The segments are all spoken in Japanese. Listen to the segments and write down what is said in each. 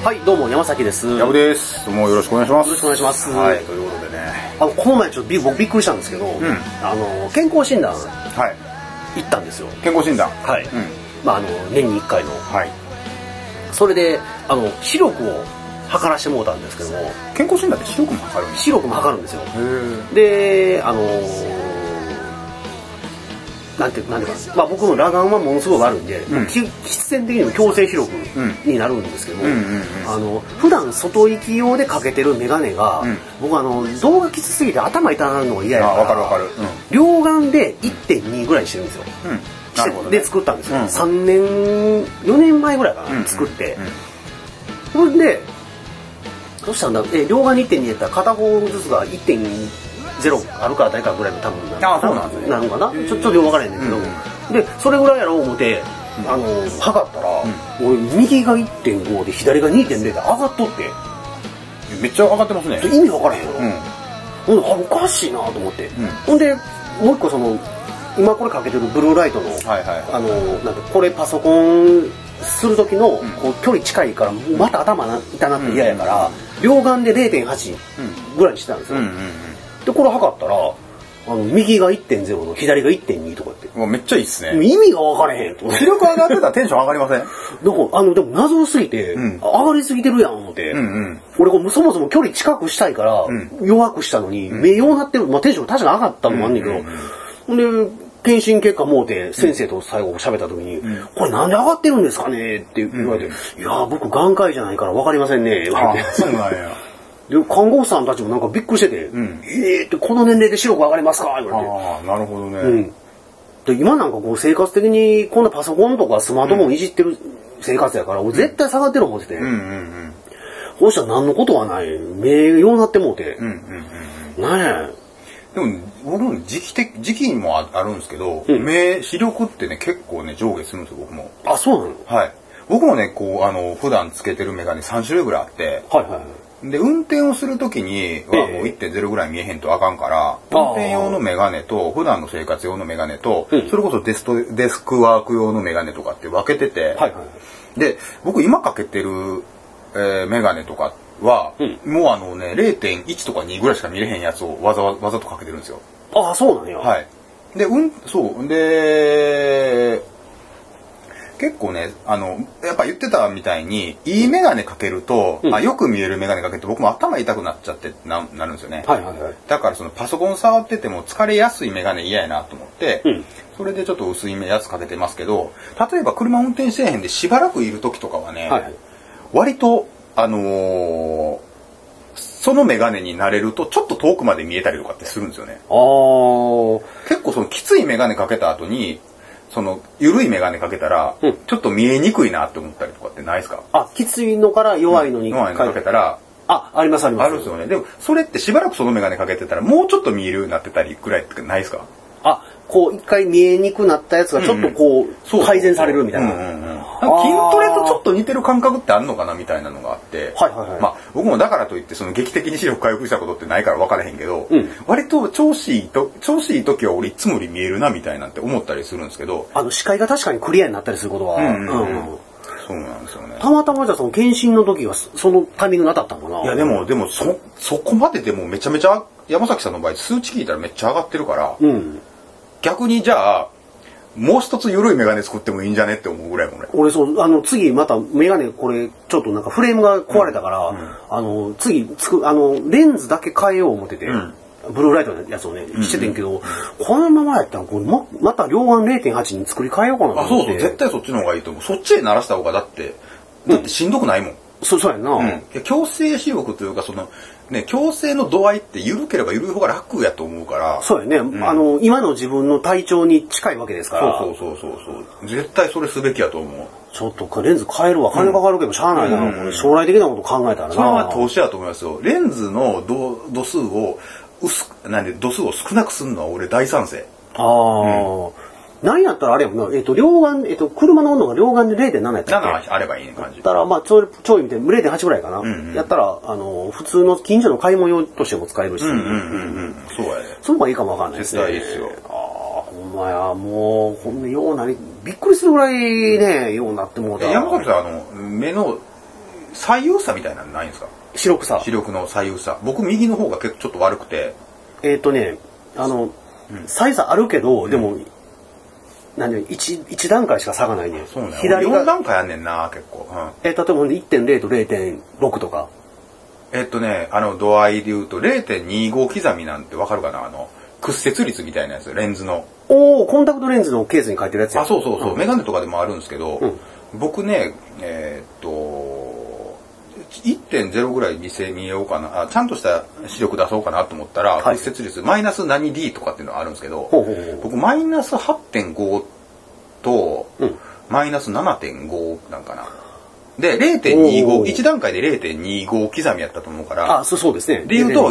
はい、どうも山崎です。 矢部です。どうもよろしくお願いします。 よろしくお願いします。 はい、ということでね。 この前ちょっと僕びっくりしたんですけど、健康診断行ったんですよ。 健康診断。 はい。年に1回の。 はい。 それで視力を測らしてもうたんですけども。 健康診断って視力も測るんですか？ 視力も測るんですよ。 で、 なんていうか、僕の裸眼はものすごい悪いんで、必然的にも矯正視力になるんですけども、普段外行き用でかけてるメガネが、僕動画きつすぎて頭痛なるのが嫌やから、 わかる。 両眼で 1.2 ぐらいにしてるんですよ。で作ったんですよ。4年前ぐらいかな、作って。それで、どうしたんだ、両眼に 1.2 やったら片方ずつが 1.0 あるかないかぐらいの多分なのかな、ちょっとよく分からへんねんけど、でそれぐらいやろう思って測ったら、俺右が 1.5 で左が 2.0 で上がっとって、 めっちゃ上がってますね。 意味分からへんよ、おかしいなと思って、ほんでもう一個今これかけてるブルーライトのなんかこれパソコンする時のこう距離近いからまた頭痛なって嫌やから、両眼で 0.8 ぐらいにしてたんですよ。でこれ測ったら右が 1.0 の左が 1.2 とかって、 めっちゃいいっすね。 意味が分からへんと。 視力上がってたらテンション上がりません？ でも謎すぎて、上がりすぎてるやん思って、俺そもそも距離近くしたいから弱くしたのに、目弱なってる、テンション確かに上がったのもあんねんけど、で検診結果もうて先生と最後喋った時に、これなんで上がってるんですかねって言われて、いや僕眼科医じゃないから分かりませんね言われて。 そうなんや。 で看護婦さんたちもなんかびっくりしてて、ってこの年齢で視力上がりますか言われて。 ああ、なるほどね。 で今なんかこう生活的にこんなパソコンとかスマートフォンいじってる生活やから、俺絶対下がってる思ってて、こうしたら何のことはない、目ようなってもうて、ねえ。 でも僕も時期にもあるんですけど、視力ってね結構ね上下するんですよ僕も。 あ、そうなの？ はい。僕もねこう普段つけてるメガネ3種類ぐらいあって。で運転をするときにはもう 1.0 ぐらい見えへんとあかんから、運転用のメガネと普段の生活用のメガネと、それこそデスクワーク用のメガネとかって分けてて、で僕今かけてる、メガネとかは、もう0.1 とか2ぐらいしか見れへんやつをわざとかけてるんですよ。 ああ、そうなんや。 はい。でそうで結構ね、やっぱ言ってたみたいに、いいメガネかけると、よく見えるメガネかけると僕も頭痛くなっちゃってなるんですよね。だからパソコン触ってても疲れやすいメガネ嫌やなと思って、それでちょっと薄いやつかけてますけど、例えば車運転してへんでしばらくいる時とかはね、割と、そのメガネになれるとちょっと遠くまで見えたりとかってするんですよね。結構きついメガネかけた後に、緩いメガネかけたら、ちょっと見えにくいなって思ったりとかってないですか？ きついのから弱いのにかけたら、 あります。あるんですよね。でも、それってしばらくそのメガネかけてたら、もうちょっと見えるようになってたりくらいってないですか？ こう一回見えにくくなったやつがちょっとこう改善されるみたいな。 筋トレとちょっと似てる感覚ってあるのかなみたいなのがあって、僕もだからといって劇的に視力回復したことってないから分からへんけど、割と調子いい時は俺いつもより見えるなみたいなんて思ったりするんですけど、 視界が確かにクリアになったりすることは、 そうなんですよね。 たまたまじゃ検診の時はそのタイミングに当たったのかな。 いやでもそこまででもめちゃめちゃ山崎さんの場合数値聞いたらめっちゃ上がってるから、逆にじゃあもう一つ緩いメガネ作ってもいいんじゃねって思うぐらいもね。 俺次またメガネこれちょっとなんかフレームが壊れたから、次レンズだけ変えよう思ってて、ブルーライトのやつをねしててんけど、このままやったらこれまた両眼 0.8 に作り変えようかなと思って。 そう絶対そっちの方がいいと思う。そっちへ慣らした方がだってしんどくないもん。 そうやんな。 矯正視力というか矯正の度合いって緩ければ緩い方が楽やと思うから。 そうやね。今の自分の体調に近いわけですから。 そう絶対それすべきやと思う。 ちょっとレンズ変えるわ、金かかるけどしゃあないな、将来的なこと考えたらな。 それは投資やと思いますよ。レンズの度数を少なくするのは俺大賛成。 何やったらあれやもんな、両眼、車の温度が両眼で 0.7 やったっけ？ 7あればいい感じ。 だからちょい見て 0.8 ぐらいかな。やったら普通の近所の買い物用としても使えるし、そうやね。その方がいいかもわかんないですね。 絶対いいですよ。 ほんまや、もうこんなようなびっくりするぐらいね、ようなってもうた。 山崎さん目の左右差みたいなのないんですか？視力の左右差。僕右の方が結構ちょっと悪くて。 左右差あるけど、でも、1段階しか差がないね。 そうね。左が4段階あんねんな、結構。 例えば 1.0 と 0.6 とか。 度合いで言うと 0.25 刻みなんてわかるかな？屈折率みたいなやつ、レンズの。 コンタクトレンズのケースに書いてるやつや。 そう。メガネとかでもあるんですけど、僕ね、1.0 ぐらい見ようかな。ちゃんとした視力出そうかなと思ったら、屈折率、マイナス何 D とかっていうのがあるんですけど、僕マイナス 8.5 と、マイナス 7.5 なんかな。で、0.25、1段階で 0.25 刻みやったと思うから、 そうですね。 で言うと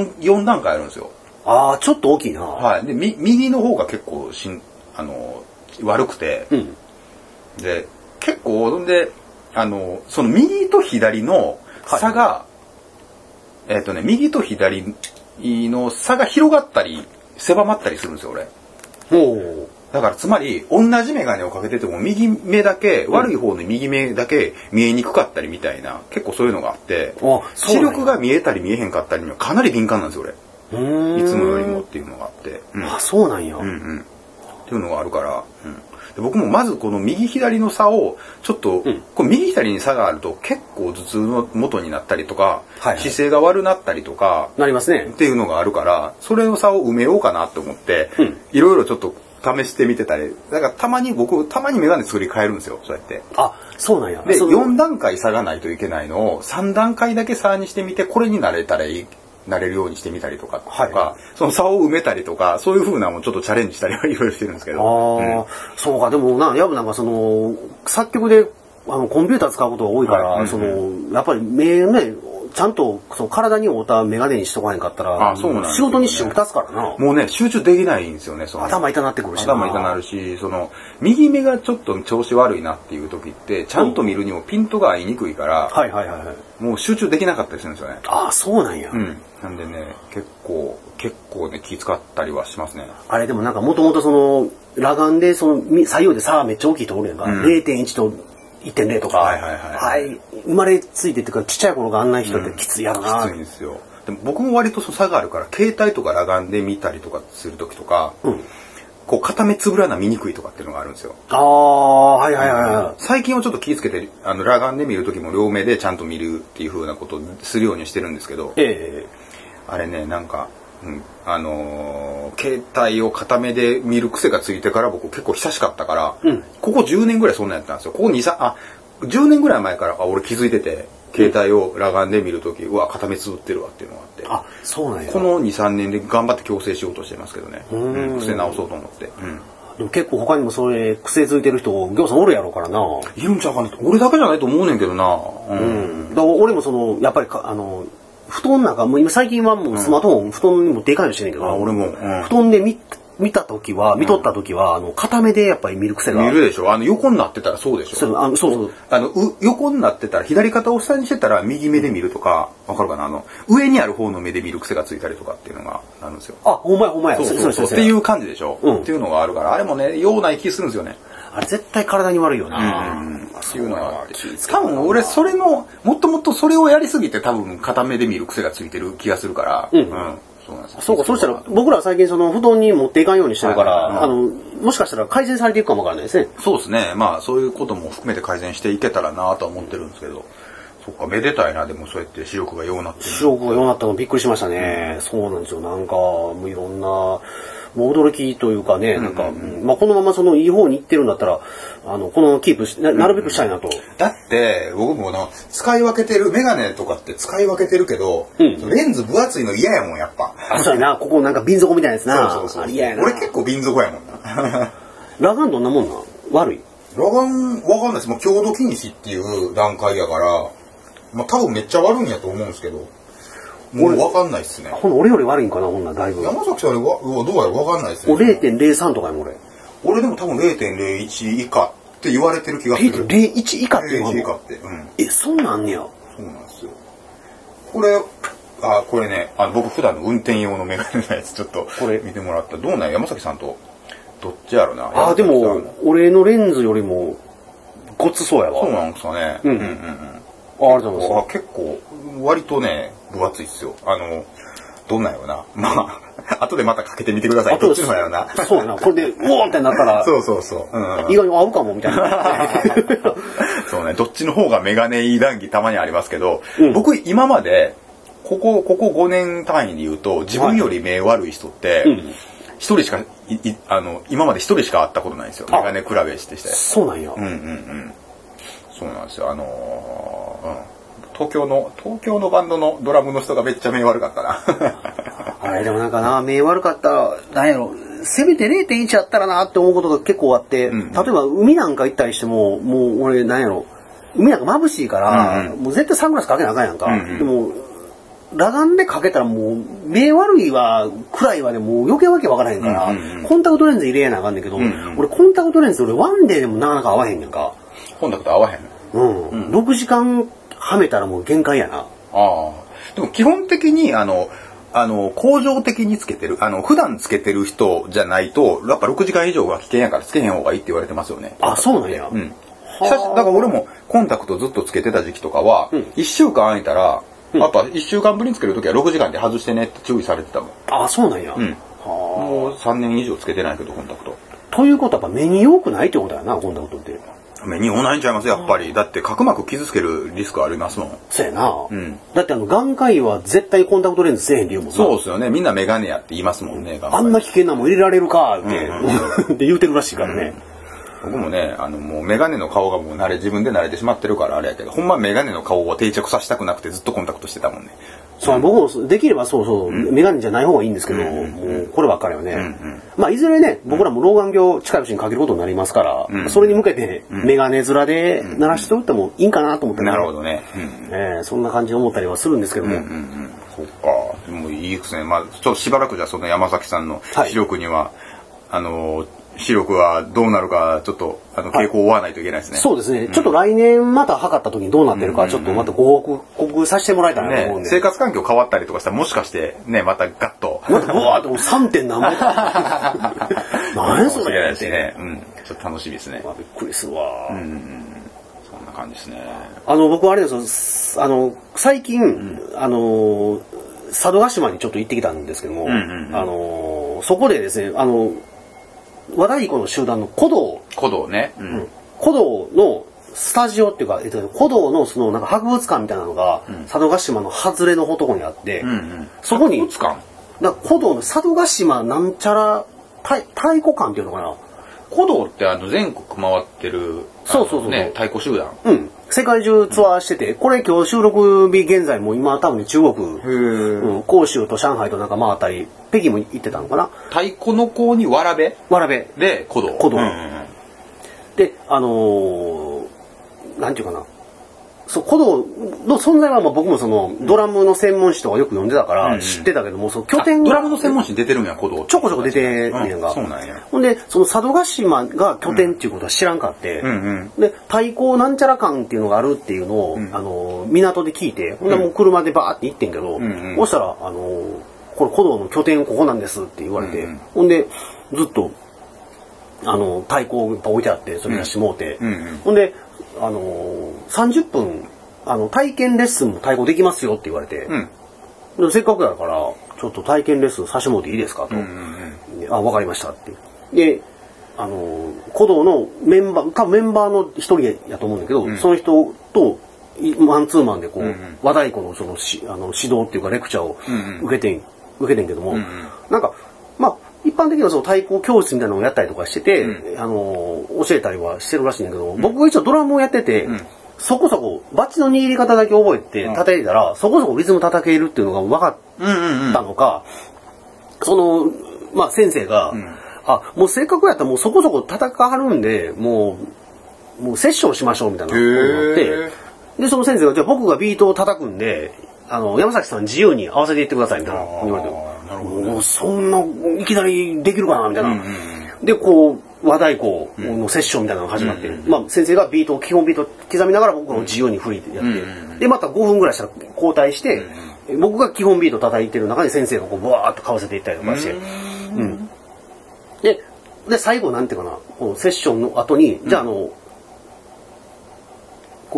4段階あるんですよ。 ちょっと大きいな。 はい。で、右の方が結構悪くて、で、結構、で、その右と左の差が、右と左の差が広がったり、狭まったりするんですよ、俺。だから、つまり、同じメガネをかけてても、右目だけ、悪い方の右目だけ見えにくかったりみたいな、結構そういうのがあって、視力が見えたり見えへんかったりにはかなり敏感なんですよ、俺。いつもよりもっていうのがあって。 そうなんや。 っていうのがあるから、で僕もまずこの右左の差をちょっと、こう右左に差があると結構頭痛の元になったりとか、姿勢が悪なったりとかなりますねっていうのがあるから、それの差を埋めようかなと思って、いろいろちょっと試してみてたり、だからたまにメガネ作り変えるんですよ、そうやって。 そうなんや。 で4段階差がないといけないのを3段階だけ差にしてみて、これになれるようにしてみたりとか、その差を埋めたりとか、そういう風なのもちょっとチャレンジしたりはいろいろしてるんですけど。 そうか、でもやぶなんか作曲でコンピューター使うことが多いから、やっぱり目ね、ちゃんと体に合ったメガネにしとかへんかったら、仕事に支障立つからな。 もうね、集中できないんですよね、 頭痛なってくるし。 頭痛なるし、右目がちょっと調子悪いなっていう時って、ちゃんと見るにもピントが合いにくいから、もう集中できなかったりするんですよね。 そうなんや。 なんでね、結構ね、気使ったりはしますね。 あれでもなんかもともと裸眼で左右で差がめっちゃ大きいとおるやんか。0.1 と1.0 とか。生まれついてっていうか、ちっちゃい頃があんな人ってきついやろな。 きついんですよ。でも僕も割と差があるから、携帯とか裸眼で見たりとかする時とか、こう片目つぶらな見にくいとかっていうのがあるんですよ。最近はちょっと気をつけて、裸眼で見る時も両目でちゃんと見るっていう風なことをするようにしてるんですけど、あれね、なんか、携帯を片目で見る癖がついてから僕結構久しかったから、ここ10年ぐらいそんなんやったんですよ。ここ10年ぐらい前から俺気づいてて、携帯を裸眼で見るとき、片目つぶってるわっていうのがあって。 そうなんや。 この2、3年で頑張って矯正しようとしてますけどね。癖直そうと思って。 でも結構他にもそれ癖ついてる人、ぎょうさんおるやろからな。 いるんちゃうかな。俺だけじゃないと思うねんけどな。 だから俺もやっぱり布団なんか、もう今最近はもうスマートフォン、布団に持っていかないようにしてんねんけど、 俺も、 布団で見とった時は、片目でやっぱり見る癖が。 見るでしょ。横になってたらそうでしょ。 そう。 横になってたら、左肩を下にしてたら右目で見るとか、わかるかな？上にある方の目で見る癖がついたりとかっていうのがあるんですよ。 ほんまや。 そう。っていう感じでしょ。っていうのがあるから、あれもね、ようない気するんですよね。 あれ絶対体に悪いよな。 っていうのがあって。多分俺もっともっとそれをやりすぎて多分片目で見る癖がついてる気がするから、そうなんですよ。 そうか、そうしたら僕らは最近布団に持っていかんようにしてるから、もしかしたら改善されていくかもわからないですね。 そうですね。まあそういうことも含めて改善していけたらなとは思ってるんですけど。そっか、めでたいな。でもそうやって視力がようなってる。 視力がようなったのびっくりしましたね。そうなんですよ。なんかもういろんなもう驚きというかね、なんか、このままいい方に行ってるんだったら、このままキープなるべくしたいなと。 だって僕も使い分けてるメガネとかって使い分けてるけど、レンズ分厚いの嫌やもんやっぱ。 そうやな、ここなんか瓶底みたいなやつな。 そう嫌やな。 俺結構瓶底やもんな。 裸眼どんなもんな？悪い？ 裸眼わかんないです。もう強度近視っていう段階やから、多分めっちゃ悪いんやと思うんですけど。もう分かんないっすね。 俺より悪いんかな、ほんならだいぶ。 山崎さんどうやら分かんないっすね。 0.03 とかやもん俺でも多分 0.01 以下って言われてる気がする。 0.01 以下って言うの？ 0.01 以下って。 そうなんねや。 そうなんですよ。これね、僕普段の運転用のメガネのやつちょっと見てもらった。どうなん山崎さんとどっちやろな。 でも俺のレンズよりもごつそうやわ。 そうなんですかね。 ありがとうございます。 結構、割とね、分厚いっすよ。どんなんやろな。まあ、後でまたかけてみてください。どっちのやろな。 そうやな。これで、うおーってなったら、 そうそうそう。 意外に合うかも、みたいな。 そうね、どっちの方がメガネいい談義たまにありますけど、僕今まで、ここ5年単位で言うと、自分より目悪い人って、一人しか、今まで一人しか会ったことないんですよ。メガネ比べして。 そうなんや。 そうなんですよ。東京のバンドのドラムの人がめっちゃ目悪かったな。 あれでもなんかな、目悪かった、なんやろ、せめて 0.1 あったらなって思うことが結構あって、例えば海なんか行ったりしても、もう俺なんやろ、海なんか眩しいから、もう絶対サングラスかけなあかんやんか。でも、裸眼でかけたらもう、目悪いわ、暗いわでもう余計わけわからへんから、コンタクトレンズ入れなあかんねんけど、俺コンタクトレンズ俺ワンデーでもなかなか合わへんねんか。 コンタクト合わへん。 6時間はめたらもう限界やな。 でも基本的に恒常的につけてる、普段つけてる人じゃないと、やっぱ6時間以上は危険やからつけへん方がいいって言われてますよね。 そうなんや。 だから俺もコンタクトずっとつけてた時期とかは、1週間空いたら、やっぱ1週間ぶりにつけるときは6時間で外してねって注意されてたもん。 そうなんや。 もう3年以上つけてないけど、コンタクト。 ということはやっぱ目に良くないってことやな、コンタクトって。 目に良ないんちゃいますやっぱり。だって角膜傷つけるリスクありますもん。 そうやな。だって眼科医は絶対コンタクトレンズせえへんって言うもんな。 そうですよね。みんなメガネやって言いますもんね。 あんな危険なもん入れられるかって言うてるらしいからね。 僕もね、もうメガネの顔がもう自分で慣れてしまってるからあれやけど、ほんまメガネの顔を定着させたくなくてずっとコンタクトしてたもんね。 僕もできればメガネじゃない方がいいんですけど、もうこればっかりはね。まあいずれね、僕らも老眼鏡近いうちにかけることになりますから、それに向けてメガネ面で鳴らしておいてもいいんかなと思ってね。 なるほどね。 そんな感じで思ったりはするんですけども。 そっか。もういいですね。まあちょっとしばらくじゃその山崎さんの視力には、視力はどうなるかちょっと傾向を追わないといけないですね。 そうですね。ちょっと来年また測った時にどうなってるかちょっとまたご報告させてもらいたいなと思うんで。 生活環境変わったりとかしたらもしかしてねまたガッとまたブワーって3点何も何それってね。ちょっと楽しみですね。 びっくりするわ。 そんな感じですね。 僕あれですよ。最近佐渡島にちょっと行ってきたんですけども、そこでですね和太鼓の集団の鼓動ね。 鼓動のスタジオっていうか、鼓動のそのなんか博物館みたいなのが、佐渡島の外れのとこにあって、そこに、 博物館鼓動の佐渡島なんちゃら太鼓館っていうのかな。 鼓動って全国回ってる、 そう太鼓集団。 世界中ツアーしてて、これ今日収録日現在も今多分ね中国、広州と上海となんか回ったり、北京も行ってたのかな。 太鼓の子にわらべで鼓動。 で、なんていうかな。鼓動の存在は僕もそのドラムの専門誌とかよく読んでたから知ってたけども、その拠点がドラムの専門誌に出てるんや、鼓動。 ちょこちょこ出てんねんが。 そうなんや。 ほんで、その佐渡島が拠点っていうことは知らんかって、で、太鼓なんちゃら館っていうのがあるっていうのを、港で聞いて、ほんでもう車でバーって行ってんけど、そしたら、これ鼓動の拠点ここなんですって言われて、ほんで、ずっと、太鼓を置いてあって、それ出してもうて、ほんで、30分、体験レッスンも太鼓できますよって言われて、せっかくだから、ちょっと体験レッスンさせてもらっていいですかと。わかりましたって。で、鼓動のメンバー、多分メンバーの一人やと思うんだけど、その人と、マンツーマンでこう、和太鼓のその指導っていうかレクチャーを受けてんけども、なんか、まあ、一般的にはその太鼓教室みたいなのをやったりとかしてて、教えたりはしてるらしいんだけど、僕が一応ドラムをやってて、そこそこバチの握り方だけ覚えて叩いたら、そこそこリズム叩けるっていうのが分かったのか、まあ先生が、もうせっかくやったらもうそこそこ叩かはるんで、もうセッションしましょうみたいなことになって、で、その先生が、じゃあ僕がビートを叩くんで、山崎さん自由に合わせていってくださいみたいな言われて、もうそんないきなりできるかなみたいな。で、こう、和太鼓のセッションみたいなのが始まって、まあ先生が基本ビート刻みながら僕の自由に振りやって、で、また5分ぐらいしたら交代して、僕が基本ビート叩いてる中に先生がこう、ブワーっとかわせていったりとかして、で、最後なんていうかな、こうセッションの後に、じゃあこう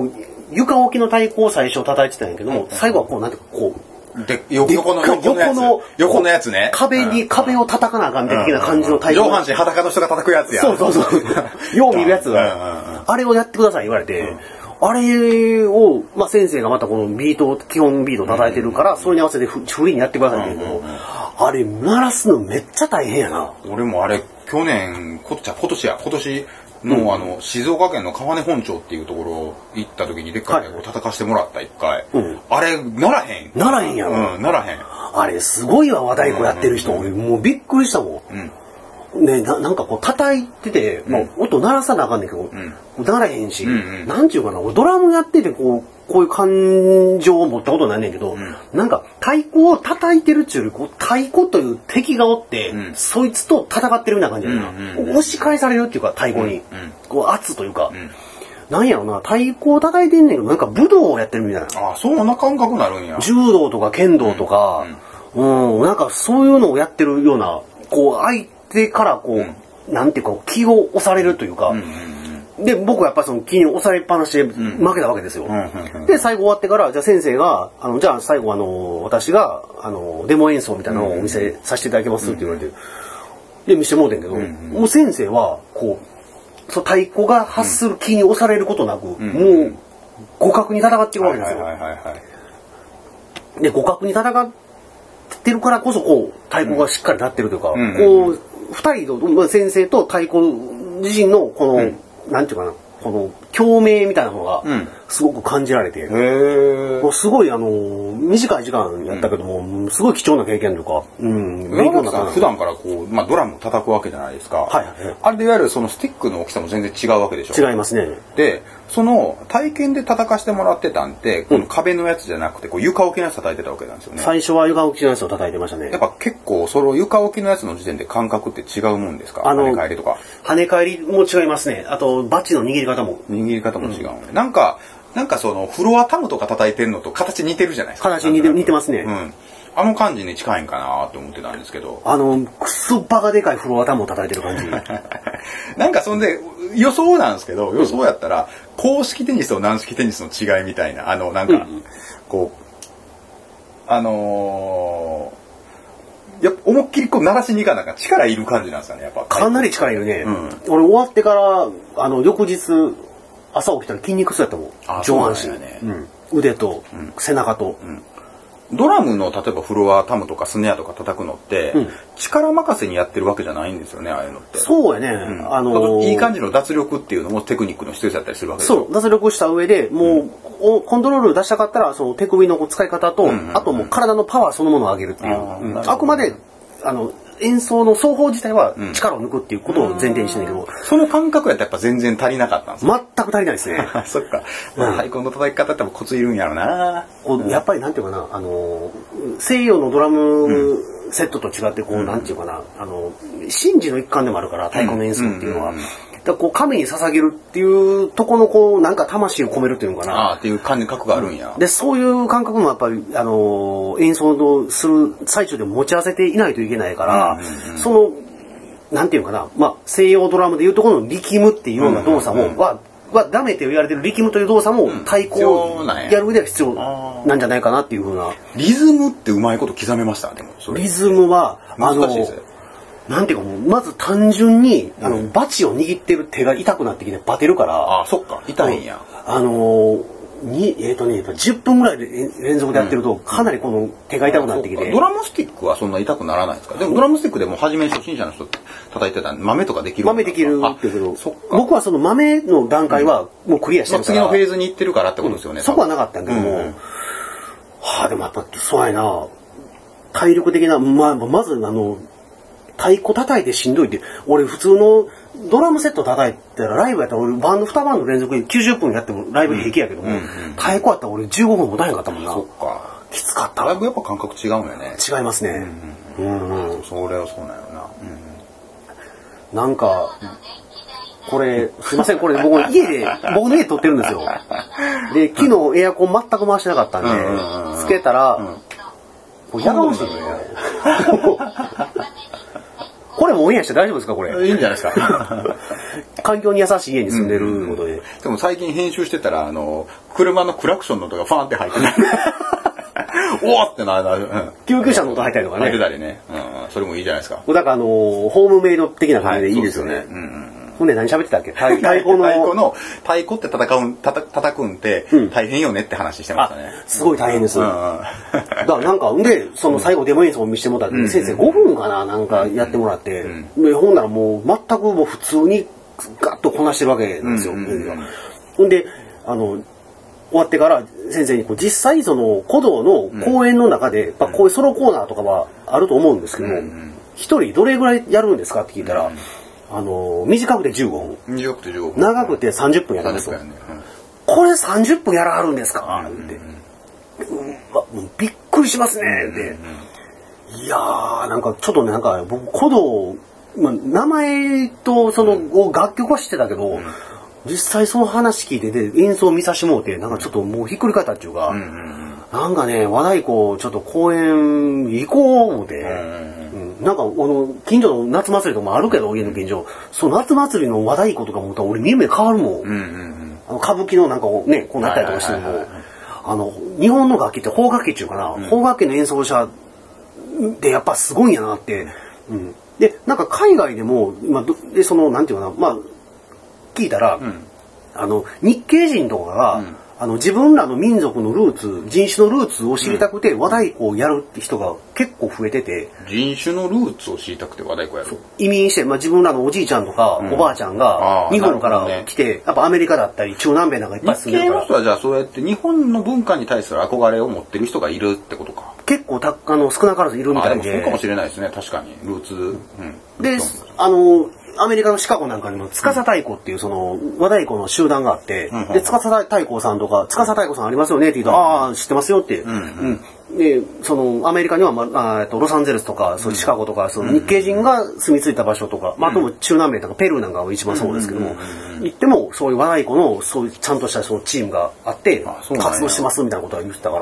床置きの太鼓を最初叩いてたんやけども、最後はこう、なんていうか、こう、 で、横のやつね。 壁を叩かなあかんみたいな感じの太鼓。 上半身裸の人が叩くやつや。 そう。よう見るやつが、あれをやってください言われて、あれを、まあ、先生がまたこの基本ビート叩いてるから、それに合わせてフリーにやってくださいって言うけど、あれ、鳴らすのめっちゃ大変やな。 俺もあれ、今年の静岡県の川根本町っていうところ行った時にでっかい太鼓叩かしてもらった一回。あれ、ならへんやろ。 ならへん。 あれ、すごいわ、和太鼓やってる人。俺、もうびっくりしたもん。ね、なんかこう叩いてて、まあ、音鳴らさなあかんねんけど、鳴らへんし、なんちゅうかな、ドラムやっててこういう感情を持ったことないねんけど、なんか太鼓を叩いてるっちゅうより、太鼓という敵がおって、そいつと戦ってるみたいな感じやな。押し返されるっていうか、太鼓に。こう圧というか。なんやろな、太鼓を叩いてんねんけど、なんか武道をやってるみたいな。 あ、そんな感覚になるんや。 柔道とか剣道とか、なんかそういうのをやってるような、こう、相手からこう、なんていうか、気を押されるというか、で、僕はやっぱりその気に押されっぱなしで負けたわけですよ。で、最後終わってから、じゃあ先生が、じゃあ最後私が、デモ演奏みたいなのをお見せさせていただきますって言われて、で、見せてもうてんけど、もう先生は、こう、太鼓が発する気に押されることなく、もう、互角に戦ってるわけですよ。で、互角に戦ってるからこそ、こう、太鼓がしっかり立ってるというか、こう、二人の、先生と太鼓自身の、この、なんていうかな、この共鳴みたいなのがすごく感じられて、もうすごい短い時間やったけども、すごい貴重な経験というか、 勉強になった。普段からこう、まあドラムを叩くわけじゃないですか。あれでいわゆるそのスティックの大きさも全然違うわけでしょ。 違いますね。 で、その体験で叩かしてもらってたんで、この壁のやつじゃなくて、こう床置きのやつ叩いてたわけなんですよね。 最初は床置きのやつを叩いてましたね。 やっぱ結構その床置きのやつの時点で感覚って違うもんですか？跳ね返りとか。 跳ね返りも違いますね。あとバチの握り方も。 握り方も違うね。なんかそのフロアタムとか叩いてるのと形似てるじゃないですか。 形似てますね。 あの感じに近いんかなと思ってたんですけど。 クソバカでかいフロアタムを叩いてる感じ。 なんかそんで、予想なんですけど、予想やったら、公式テニスと軟式テニスの違いみたいな、なんか、こう、やっぱ思いっきりこう鳴らしに行かなきゃ力いる感じなんですかね、やっぱ。 かなり力いるね。俺終わってから、翌日、朝起きたら筋肉痛やったもん。上半身。腕と背中と。 ドラムの例えばフロアタムとかスネアとか叩くのって、力任せにやってるわけじゃないんですよね、ああいうのって。 そうやね。 いい感じの脱力っていうのもテクニックの一つだったりするわけですよ。 そう、脱力した上で、もう、コントロール出したかったら、その手首の使い方と、あともう体のパワーそのものを上げるっていう。あくまで、演奏の奏法自体は力を抜くっていうことを前提にしてんだけど、 その感覚やったらやっぱ全然足りなかったんですか？全く足りないですね。 そっか。太鼓の叩き方ってコツいるんやろな。 やっぱりなんていうかな、西洋のドラムセットと違って、こう、なんていうかな、神事の一環でもあるから、太鼓の演奏っていうのは。だこう神に捧げるっていうとこのこうなんか魂を込めるっていうのかな。 っていう感覚があるんや。 でそういう感覚もやっぱり演奏のする最中で持ち合わせていないといけないから、そのなんていうかな、まあ西洋ドラムでいうところの力むっていうような動作もはダメって言われてる力むという動作も太鼓をやる上では必要なんじゃないかなっていうふうな。 リズムってうまいこと刻めましたでもそれ。 リズムは難しいですよ。 なんていうかもう、まず単純に、バチを握ってる手が痛くなってきてバテるから。 そっか、痛いんや。 10分ぐらいで連続でやってると、かなりこの手が痛くなってきて。 ドラムスティックはそんな痛くならないですか？でもドラムスティックでも初め初心者の人叩いてたんで、豆とかできる？ 豆できるって言うけど、僕はその豆の段階はもうクリアしてるから。 次のフェーズに行ってるからってことですよね。 そこはなかったんだけども、でもやっぱ、そうやな、体力的な、まず太鼓叩いてしんどいって、俺普通のドラムセット叩いたらライブやったら俺2バンド連続で90分やってもライブ平気やけども、太鼓やったら俺15分もたへんかったもんな。 そっか。 きつかった。 ライブやっぱ感覚違うんやね。 違いますね。 それはそうなんやな。なんか、これ、すいません、これ僕の家撮ってるんですよ。で、昨日エアコン全く回してなかったんで、つけたら、やかましいね。 これもオンエアして大丈夫ですかこれ。 いいんじゃないですか。 環境に優しい家に住んでることで。 でも最近編集してたら、車のクラクションの音がファーンって入ってた。おーってなる。 救急車の音入ったりとかね。 入ってたりね。それもいいじゃないですか。 だからホームメイド的な感じでいいですよね。ほんで何喋ってたっけ？太鼓って叩くんって大変よねって話してましたね。 すごい大変です。だからなんか、で、その最後デモ演奏を見せてもらって、先生5分かななんかやってもらって、で、ほんならもう全くもう普通にガッとこなしてるわけなんですよ。ほんで、終わってから先生に実際その古道の公演の中で、こういうソロコーナーとかはあると思うんですけども、一人どれぐらいやるんですかって聞いたら、短くて15分。 短くて15分。 長くて30分やるんですよ。これ30分やらはるんですかって。びっくりしますねって。いやー、なんかちょっとね、なんか僕古道、名前とその楽曲は知ってたけど、実際その話聞いてて演奏見さしてもうて、なんかちょっともうひっくり返ったっていうか、なんかね、和太鼓ちょっと公演行こう思って、なんか近所の夏祭りとかもあるけど、家の近所、その夏祭りの和太鼓とかも俺見る目変わるもん。歌舞伎のなんかね、こうなったりとかしても、日本の楽器って邦楽器っていうかな、邦楽器の演奏者ってやっぱすごいんやなって。で、なんか海外でも、で、その、なんていうかな、聞いたら、日系人とかが、自分らの民族のルーツ、人種のルーツを知りたくて和太鼓をやるって人が結構増えてて。 人種のルーツを知りたくて和太鼓やる？ 移民して、自分らのおじいちゃんとかおばあちゃんが日本から来て、やっぱアメリカだったり中南米なんかいっぱい住んでるから。 日系の人はじゃあそうやって日本の文化に対する憧れを持ってる人がいるってことか。 結構少なからずいるみたいで。 でもそうかもしれないですね、確かに。ルーツ。 で、アメリカのシカゴなんかにも司太鼓っていうその和太鼓の集団があって、で司太鼓さんとか司太鼓さんありますよねって言うと、ああ知ってますよって。でそのアメリカにはロサンゼルスとかそういうシカゴとかその日系人が住み着いた場所とか、あとも中南米とかペルーなんかは一番そうですけども、行ってもそういう和太鼓のそういうちゃんとしたそのチームがあって活動してますみたいなことは言ってたから。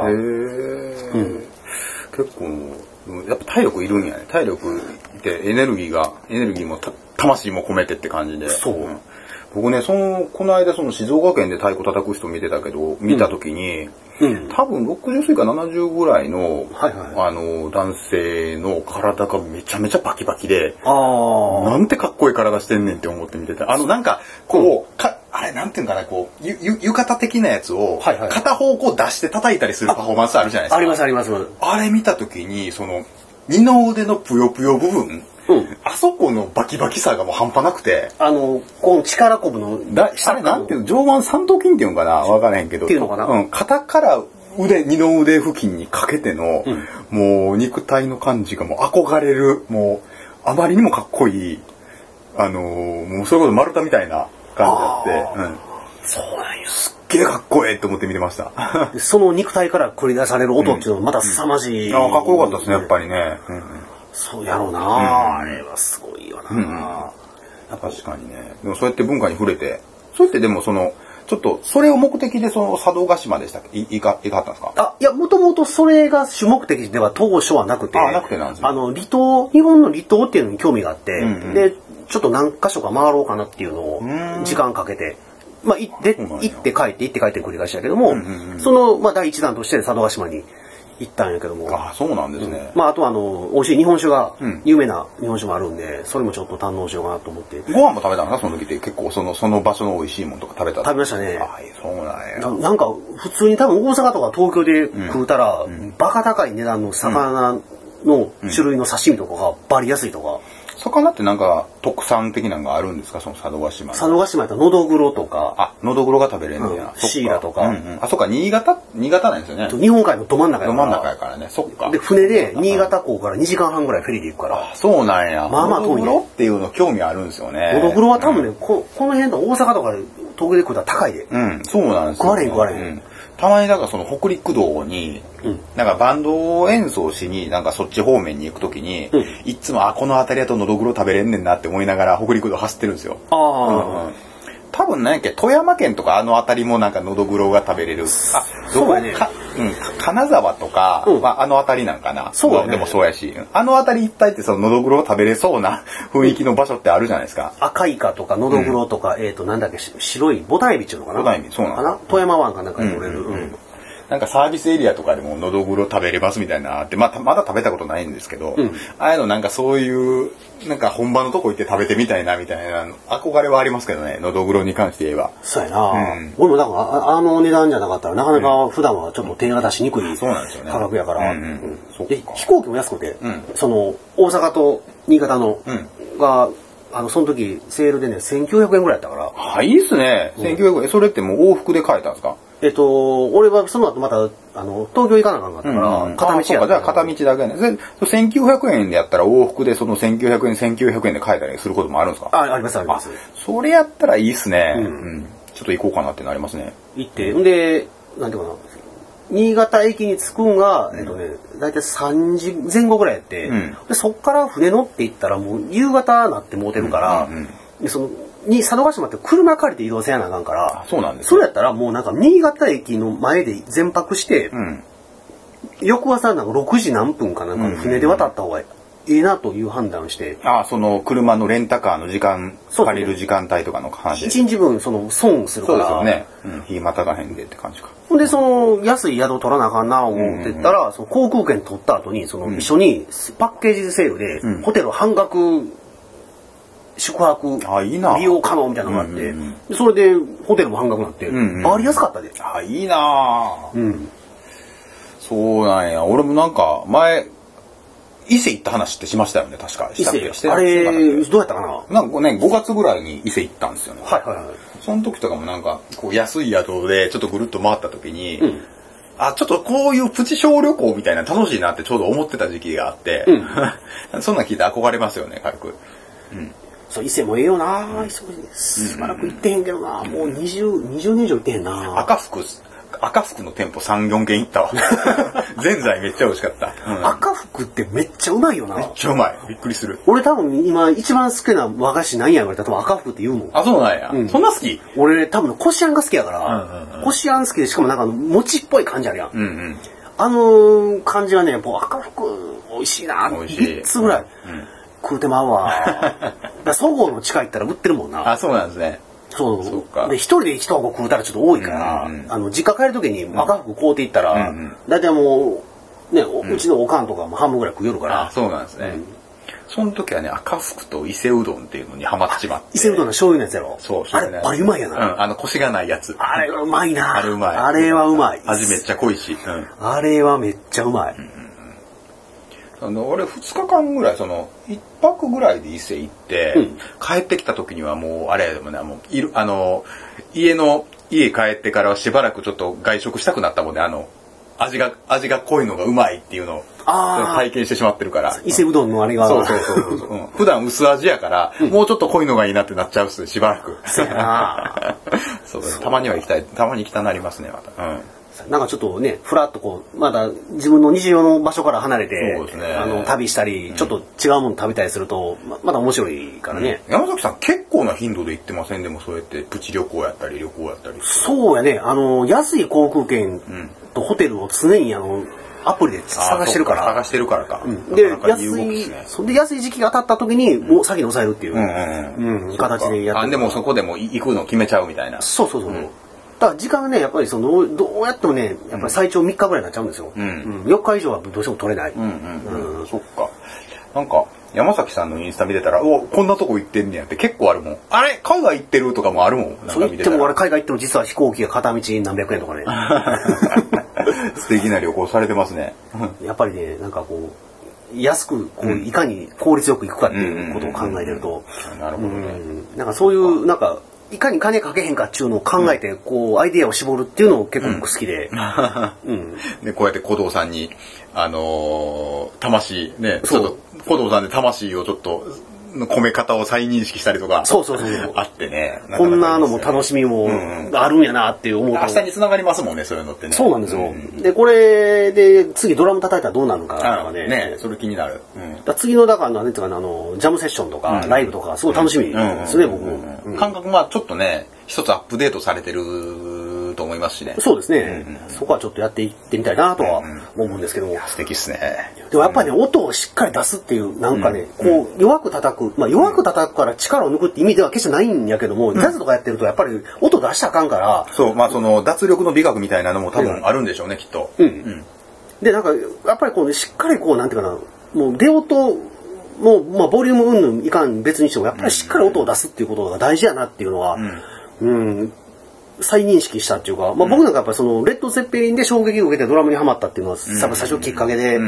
結構やっぱ体力いるんやね。体力ってエネルギーも魂も込めてって感じで。 そう。 僕ね、この間静岡県で太鼓叩く人見た時に、多分60歳か70ぐらいの、男性の体がめちゃめちゃバキバキで、なんてかっこいい体してんねんって思って見てて、なんか、あれなんていうんかな、浴衣的なやつを、片方こう出して叩いたりするパフォーマンスあるじゃないですか。 ありますあります。 あれ見た時に、二の腕のぷよぷよ部分、あそこのバキバキさがもう半端なくて。 この力こぶのあれなんていうの、上腕三頭筋っていうのかな、わからへんけど。 っていうのかな。 肩から二の腕付近にかけての、もう肉体の感じがもう憧れる、もうあまりにもかっこいい、もうそれこそ丸太みたいな感じがあって、 そうなんや。 すっげえかっこええって思って見てました。 その肉体から繰り出される音っていうのはまた凄まじい。 かっこよかったですね、やっぱりね。 そうやろうな、あれはすごいよな、 確かにね。でもそうやって文化に触れて、そうやってでもちょっとそれを目的で佐渡島でしたっけ？行かはったんですか？ いや、もともとそれが主目的では当初はなくて、 なくてなんですね。 日本の離島っていうのに興味があって、で、ちょっと何箇所か回ろうかなっていうのを時間かけて、行って帰って繰り返しだけども、第一弾として佐渡島に行ったんやけども。 そうなんですね。 あと美味しい日本酒が、有名な日本酒もあるんで、それもちょっと堪能しようかなと思って。 ご飯も食べたのかその時って結構その場所の美味しいものとか食べた？ 食べましたね。 そうなんや。 なんか普通に多分大阪とか東京で食うたら、バカ高い値段の魚の種類の刺身とかがバリ安いとか。 魚ってなんか特産的なのがあるんですか、その佐渡島。 佐渡島やったらノドグロとか。 ノドグロが食べれるんや。 シイラとか。 そうか、新潟なんですよね。 日本海のど真ん中やからね。そっか。 で、船で新潟港から2時間半ぐらいフェリーで行くから。 そうなんや。 遠いね。 ノドグロっていうの興味あるんですよね。 ノドグロは多分ね、この辺と大阪とかで東京で食うたら高いで。 そうなんですよ。 食われん。 たまになんか北陸道に、なんかバンド演奏しになんかそっち方面に行くときに、いつもこの辺りだとのどぐろ食べれんねんなって思いながら北陸道走ってるんですよ。多分なんやっけ、富山県とか辺りもなんかのどぐろが食べれる。 そうやね。 金沢とか、あの辺りなんかな。 そうね。 でもそうやし、あの辺り一帯ってそののどぐろを食べれそうな雰囲気の場所ってあるじゃないですか。 赤イカとかのどぐろとか、なんだっけ、白いボタンエビっていうのかな。 ボタンエビ、そうなの。 富山湾かなんかに乗れる。 なんかサービスエリアとかでものどぐろ食べれますみたいなって、まだ食べたことないんですけど、ああいうのなんかそういう、なんか本場のとこ行って食べてみたいなみたいな憧れはありますけどね、のどぐろに関して言えば。 そうやな、俺もだからあの値段じゃなかったらなかなか普段はちょっと手が出しにくい価格やから、で飛行機も安くて、その大阪と新潟のが、その時セールでね1900円ぐらいやったから。 はい、いいっすね。1900円。それってもう往復で買えたんですか？ 俺はその後また東京行かなあかんかったから、片道やった。 じゃあ片道だけね。1900円でやったら往復でその1900円で買えたりすることもあるんですか？ ありますあります。 それやったらいいっすね。ちょっと行こうかなってなりますね。 行って、で、なんていうかな、新潟駅に着くんが、だいたい3時前後ぐらいやって、でそっから船乗って行ったらもう夕方なってもうてるから、でその佐渡島って車借りて移動せやなあかんから、 そうなんです。 それやったらもうなんか新潟駅の前で全泊して、翌朝なんか6時何分かなんか船で渡った方がいいなという判断をして。 その車のレンタカーの時間、借りる時間帯とかの話で。 1日分その損するから。 そうですよね。日またがへんでって感じか。 ほんでその安い宿取らなあかんな思ってったら、その航空券取った後にその一緒にパッケージセールでホテル半額宿泊利用可能みたいなのがあって、それでホテルも半額になって、ありやすかったで。 いいなそうなんや。俺もなんか前伊勢行った話ってしましたよね、確か。 伊勢あれどうやったかな。 なんかね5月ぐらいに伊勢行ったんですよね。 はいはいはい。 その時とかもなんかこう安い宿でちょっとぐるっと回った時に、ちょっとこういうプチ小旅行みたいな楽しいなってちょうど思ってた時期があって、そんなん聞いて憧れますよね、軽く。 そう、伊勢もええよな、しばらく行ってへんけどな、もう20年以上行ってへんな。 赤福の店舗3、4軒行ったわ。ぜんざいめっちゃ美味しかった。 赤福ってめっちゃうまいよな。 めっちゃうまい。びっくりする。 俺多分今一番好きな和菓子何や言われたら多分赤福って言うもん。 あ、そうなんや。そんな好き？ 俺多分こしあんが好きやから、こしあん好きでしかもなんか餅っぽい感じあるやん。あの感じはね、やっぱ赤福美味しいな。3つぐらい食うてまうわ。そごうの地下行ったら売ってるもんな。 あ、そうなんですね。 そうか。で一人で一箱食うたらちょっと多いから、実家帰る時に赤福買うていったら、だいたいもうね、うちのおかんとかも半分ぐらい食うよるから。 あ、そうなんですね。その時はね、赤福と伊勢うどんっていうのにハマってしまって。 伊勢うどんの醤油のやつやろ。 そう、 あれうまいやな。 コシがないやつ。 あれうまいな。 あれうまい。 あれはうまい。 味めっちゃ濃いし。 あれはめっちゃうまい。 俺2日間ぐらい1泊ぐらいで伊勢行って、帰ってきた時にはもうあれでもね、もう家帰ってからはしばらくちょっと外食したくなったもんね。味が濃いのがうまいっていうのを体験してしまってるから。 伊勢うどんのあれが。 そう。普段薄味やから、もうちょっと濃いのがいいなってなっちゃうっす、しばらく。 そうやな。 そう、たまには行きたい。たまに行きたなりますね、また。 なんかちょっとね、ふらっとこう、まだ自分の日常の場所から離れて、旅したり、ちょっと違うもの食べたりすると、まだ面白いからね。 山崎さん結構な頻度で行ってません？でもそうやってプチ旅行やったり旅行やったり。 そうやね、安い航空券とホテルを常にアプリで探してるから。 探してるからか。 で、安い時期が当たった時に、もう先に抑えるっていう、形でやってる。 でもそこでも行くの決めちゃうみたいな。 そう。だから時間がね、やっぱりどうやってもね、やっぱり最長3日ぐらいになっちゃうんですよ。4日以上はどうしても取れない。 そっか。なんか、山崎さんのインスタ見てたら、こんなとこ行ってんねやって結構あるもん。あれ海外行ってるとかもあるもん。 そう言っても俺海外行っても実は飛行機が片道何百円とかね。 素敵な旅行されてますね。 やっぱりね、なんかこう、安くいかに効率よく行くかっていうことを考えてると、 なるほどね。 なんかそういう、なんか、いかに金かけへんかっていうのを考えて、こう、アイディアを絞るっていうのを結構僕好きで。 で、こうやって古道さんに、魂、ね、ちょっと、古道さんで魂をちょっと、込め方を再認識したりとか。 そう。 あってね。 こんなのも楽しみもあるんやなって思うと。 明日に繋がりますもんね、そういうのってね。 そうなんですよ。で、これで次ドラム叩いたらどうなるのかとかね。 ね、それ気になる。 次の、だから、なんていうかな、ジャムセッションとか、ライブとか、すごい楽しみですね、僕も。 感覚、ちょっとね、一つアップデートされてると思いますしね。 そうですね。そこはちょっとやっていってみたいなとは思うんですけども。 素敵っすね。 でもやっぱりね、音をしっかり出すっていう、なんかね、こう、弱く叩く。まあ、弱く叩くから力を抜くって意味では決してないんやけども、ジャズとかやってるとやっぱり音出したらあかんから。 そう、まあその脱力の美学みたいなのも多分あるんでしょうね、きっと。 で、なんか、やっぱりこうね、しっかりこう、なんていうかな、もう出音も、まあ、ボリューム云々いかん別にしても、やっぱりしっかり音を出すっていうことが大事やなっていうのは、再認識したっていうか、まあ僕なんかやっぱりその、レッド・ゼッペリンで衝撃を受けてドラムにハマったっていうのは、最初きっかけで、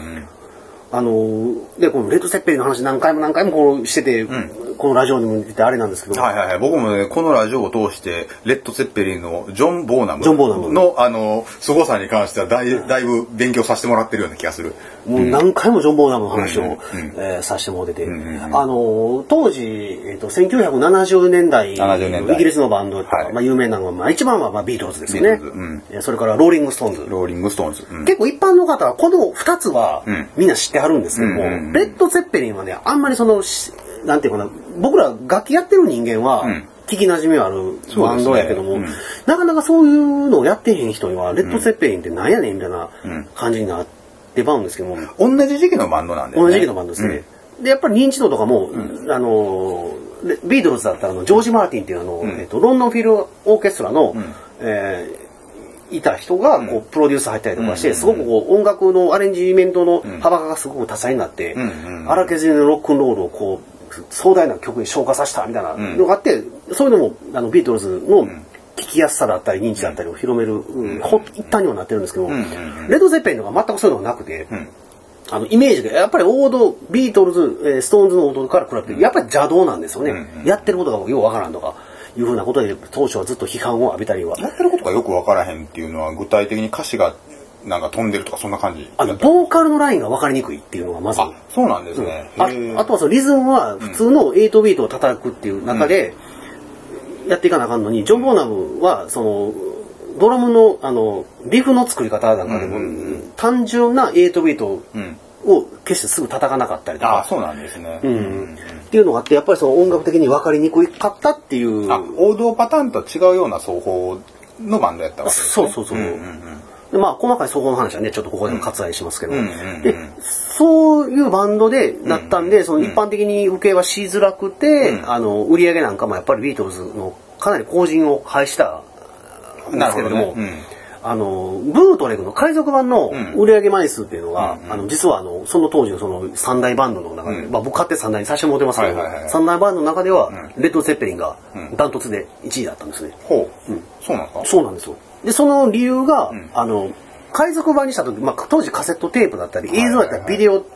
で、このレッド・ゼッペリンの話何回もこうしてて、このラジオにも出てあれなんですけど。 僕もね、このラジオを通して、レッド・ゼッペリンのジョン・ボーナムの、凄さに関してはだいぶ勉強させてもらってるような気がする。 もう何回もジョン・ボーナムの話をさせてもらってて、当時、1970年代、イギリスのバンドとか、まあ有名なのは、まあ一番はビートルズですよね。それからローリング・ストーンズ。結構一般の方はこの2つはみんな知ってはるんですけども、レッド・ゼッペリンはね、あんまりその、なんていうかな、僕ら楽器やってる人間は、聞き馴染みあるバンドやけども、なかなかそういうのをやってへん人には、レッド・ゼッペリンってなんやねんみたいな感じになってまうんですけども。 同じ時期のバンドなんですね。 同じ時期のバンドですね。で、やっぱり認知度とかも、ビートルズだったらジョージ・マーティンっていうロンドンフィルオーケストラの、いた人がこうプロデュース入ったりとかして、すごくこう音楽のアレンジメントの幅がすごく多彩になって、荒削りのロックンロールをこう、壮大な曲に昇華させたみたいなのがあって、そういうのもビートルズの聴きやすさだったり認知だったりを広める一端にはなってるんですけど、レッド・ゼッペリンとか全くそういうのがなくて、イメージでやっぱり王道ビートルズ、ストーンズの王道から比べてやっぱり邪道なんですよね。やってることがようわからんとかいうふうなことで当初はずっと批判を浴びたりは。 やってることがよくわからへんっていうのは具体的に歌詞がなんか飛んでるとかそんな感じ。 ボーカルのラインが分かりにくいっていうのがまず。 そうなんですね。 あとはそのリズムは普通の8ビートを叩くっていう中でやっていかなあかんのに、ジョン・ボーナムはそのドラムのリフの作り方なんかでも単純な8ビートを決してすぐ叩かなかったりとか。 そうなんですね。 っていうのがあって、やっぱりその音楽的に分かりにくかったっていう。 王道パターンと違うような奏法のバンドやったわけですね。 そう。でまあ細かい奏法の話はねちょっとここでも割愛しますけど、でそういうバンドでだったんで、その一般的に受けはしづらくて、売り上げなんかもやっぱりビートルズのかなり後陣を拝したんですけれども、ブートレグの海賊版の売上枚数っていうのが、実はその当時のその三大バンドの中で、まあ僕勝手三大にさせてもらってますけど、三大バンドの中では、レッド・ゼッペリンがダントツで1位だったんですね。 そうなんですか？ そうなんですよ。で、その理由が、海賊版にした時、まあ当時カセットテープだったり、映像だったりビデオ、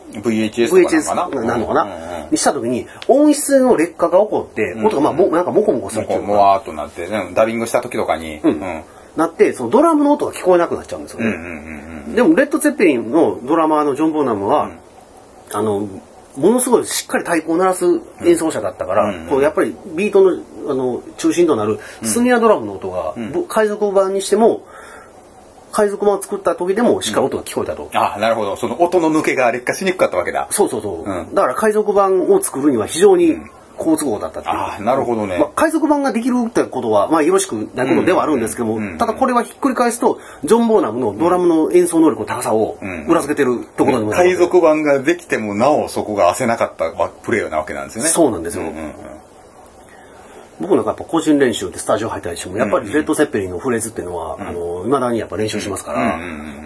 VHS なのかなにした時に、音質の劣化が起こって、音がまあなんかモコモコするっていうか。 もわーっとなって、ダビングした時とかに、 なって、そのドラムの音が聞こえなくなっちゃうんですよね。でも、レッド・ゼッペリンのドラマーのジョン・ボーナムは、ものすごいしっかり太鼓を鳴らす演奏者だったから、こうやっぱりビートの中心となるスネアドラムの音が、海賊版にしても、海賊版を作った時でもしっかり音が聞こえたと。 なるほど。その音の抜けが劣化しにくかったわけだ。 そう。だから海賊版を作るには非常に好都合だったっていう。 なるほどね。 海賊版ができるってことは、まあよろしくないことではあるんですけども、ただこれはひっくり返すと、ジョン・ボーナムのドラムの演奏能力の高さを裏付けてるところにも、 海賊版ができてもなおそこが焦せなかったプレイなわけなんですよね。 そうなんですよ。僕なんかやっぱ個人練習でスタジオ入ったりしても、やっぱりレッド・ゼッペリンのフレーズっていうのは、未だにやっぱ練習しますから。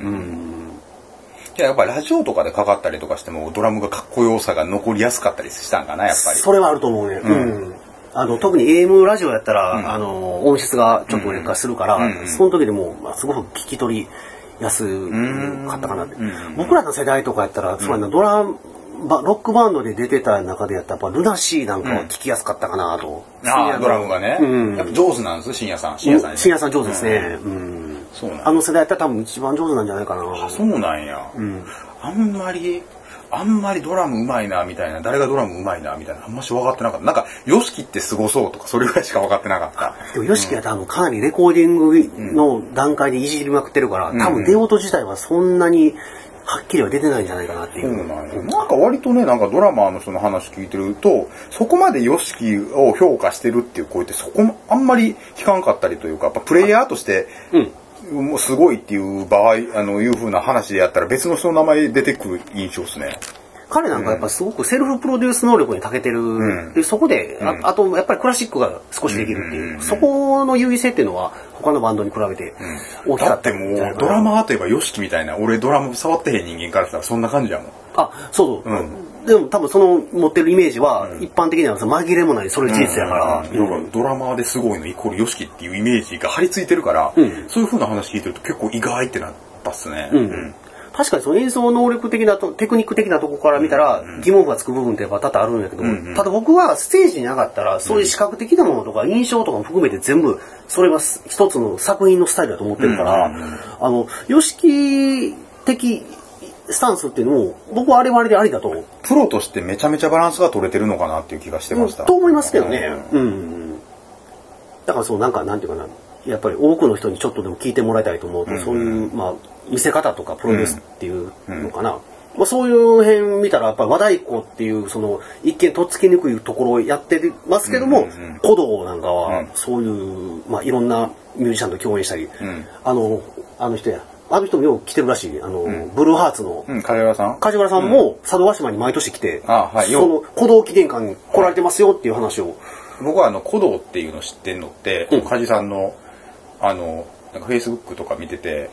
やっぱりラジオとかでかかったりとかしても、ドラムがかっこよさが残りやすかったりしたんかな、やっぱり。 それはあると思うね。特に AM ラジオやったら、音質がちょっと劣化するから、その時でも、すごく聞き取りやすかったかなって。僕らの世代とかやったら、つまりロックバンドで出てた中でやったら、やっぱルナシーなんかは聞きやすかったかなと。 ドラムがね。やっぱ上手なんです、深夜さん。 深夜さん上手ですね。世代やったら多分一番上手なんじゃないかな。 そうなんや。あんまりドラムうまいなみたいな、誰がドラムうまいなみたいな、あんまし分かってなかった。なんか、ヨシキってすごそうとか、それぐらいしか分かってなかった。 でもヨシキは多分かなりレコーディングの段階でいじりまくってるから、多分出音自体はそんなにはっきりは出てないんじゃないかなっていう。 なんか割とね、なんかドラマーの人の話聞いてると、そこまでYOSHIKIを評価してるっていう声ってそこもあんまり聞かんかったりというか、やっぱプレイヤーとして、もうすごいっていう場合、いう風な話でやったら別の人の名前出てくる印象ですね。 彼なんかやっぱすごくセルフプロデュース能力に長けてる。で、そこで、あとやっぱりクラシックが少しできるっていう、そこの優位性っていうのは他のバンドに比べて大きかっただってもうドラマーといえばYOSHIKIみたいな、俺ドラム触ってへん人間からしたらそんな感じやもん。 あ、そう。でも多分その持ってるイメージは一般的には紛れもないそれ事実やから。 ドラマーですごいのイコールYOSHIKIっていうイメージが張り付いてるから、そういう風な話聞いてると結構意外ってなったっすね。 確かにその演奏能力的なテクニック的なところから見たら疑問がつく部分ってやっぱ多々あるんだけども、ただ僕はステージに上がったらそういう視覚的なものとか印象とかも含めて全部それが一つの作品のスタイルだと思ってるから、YOSHIKI的スタンスっていうのも僕はあれはあれでありだと。 プロとしてめちゃめちゃバランスが取れてるのかなっていう気がしてました。 と思いますけどね。だからそうなんていうかな、やっぱり多くの人にちょっとでも聞いてもらいたいと思うと、そういう見せ方とかプロデュースっていうのかな。そういう辺見たらやっぱり和太鼓っていうその一見とっつきにくいところをやってますけども、鼓動なんかはそういういろんなミュージシャンと共演したり、あの人もよく来てるらしい、ブルーハーツの梶原さんも佐渡島に毎年来て、その鼓動記念館に来られてますよっていう話を。 僕は鼓動っていうの知ってんのって、梶さんのなんかフェイスブックとか見てて、